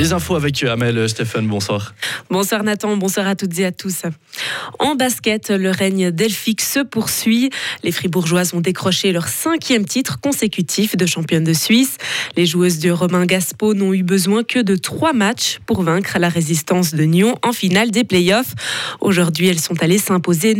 Les infos avec Amel, Stéphane, bonsoir. Bonsoir Nathan, bonsoir à toutes et à tous. En basket, le règne delphique se poursuit. Les Fribourgeoises ont décroché leur 5e titre consécutif de championne de Suisse. Les joueuses de Romain Gaspo n'ont eu besoin que de 3 matchs pour vaincre la Résistance de Nyon en finale des playoffs. Aujourd'hui, elles sont allées s'imposer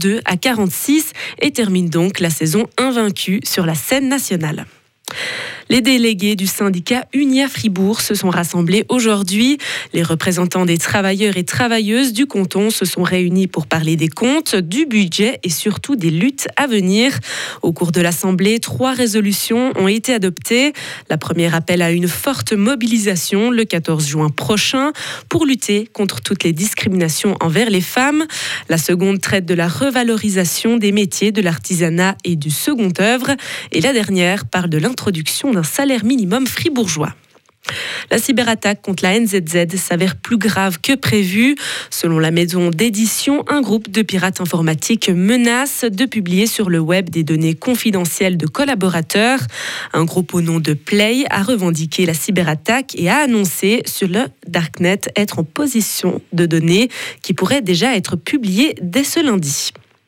92-46 et terminent donc la saison invaincue sur la scène nationale. Les délégués du syndicat Unia Fribourg se sont rassemblés aujourd'hui. Les représentants des travailleurs et travailleuses du canton se sont réunis pour parler des comptes, du budget et surtout des luttes à venir. Au cours de l'Assemblée, 3 résolutions ont été adoptées. La première appelle à une forte mobilisation le 14 juin prochain pour lutter contre toutes les discriminations envers les femmes. La seconde traite de la revalorisation des métiers de l'artisanat et du second œuvre. Et la dernière parle de l'introduction d'un salaire minimum fribourgeois. La cyberattaque contre la NZZ s'avère plus grave que prévu. Selon la maison d'édition, un groupe de pirates informatiques menace de publier sur le web des données confidentielles de collaborateurs. Un groupe au nom de Play a revendiqué la cyberattaque et a annoncé sur le Darknet être en possession de données qui pourraient déjà être publiées dès ce lundi.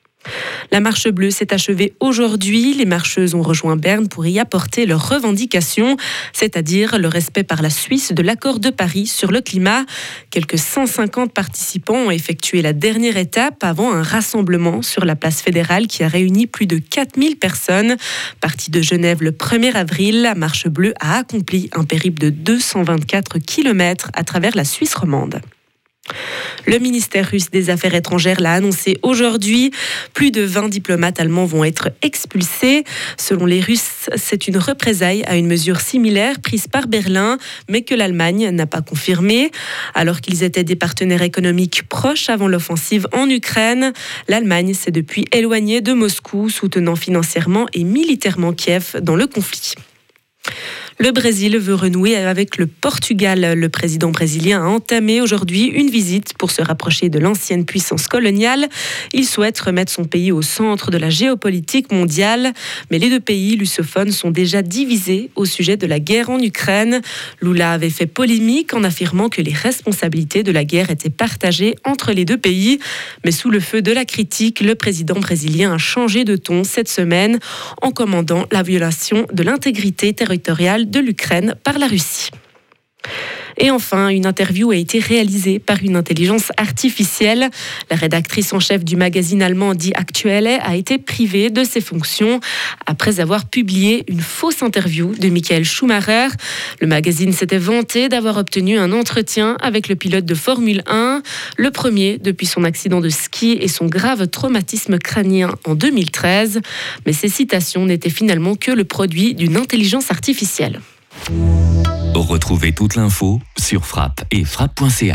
La marche bleue s'est achevée aujourd'hui. Les marcheuses ont rejoint Berne pour y apporter leurs revendications, c'est-à-dire le respect par la Suisse de l'accord de Paris sur le climat. Quelques 150 participants ont effectué la dernière étape avant un rassemblement sur la place fédérale qui a réuni plus de 4000 personnes. Partie de Genève le 1er avril, la marche bleue a accompli un périple de 224 km à travers la Suisse romande. Le ministère russe des Affaires étrangères l'a annoncé aujourd'hui. Plus de 20 diplomates allemands vont être expulsés. Selon les Russes, c'est une représaille à une mesure similaire prise par Berlin, mais que l'Allemagne n'a pas confirmée. Alors qu'ils étaient des partenaires économiques proches avant l'offensive en Ukraine, l'Allemagne s'est depuis éloignée de Moscou, soutenant financièrement et militairement Kiev dans le conflit. Le Brésil veut renouer avec le Portugal. Le président brésilien a entamé aujourd'hui une visite pour se rapprocher de l'ancienne puissance coloniale. Il souhaite remettre son pays au centre de la géopolitique mondiale. Mais les 2 pays lusophones sont déjà divisés au sujet de la guerre en Ukraine. Lula avait fait polémique en affirmant que les responsabilités de la guerre étaient partagées entre les 2 pays. Mais sous le feu de la critique, le président brésilien a changé de ton cette semaine en commandant la violation de l'intégrité territoriale de l'Ukraine par la Russie. Et enfin, une interview a été réalisée par une intelligence artificielle. La rédactrice en chef du magazine allemand Die Aktuelle a été privée de ses fonctions après avoir publié une fausse interview de Michael Schumacher. Le magazine s'était vanté d'avoir obtenu un entretien avec le pilote de Formule 1, le premier depuis son accident de ski et son grave traumatisme crânien en 2013. Mais ces citations n'étaient finalement que le produit d'une intelligence artificielle. Retrouvez toute l'info sur frappe et frappe.ch.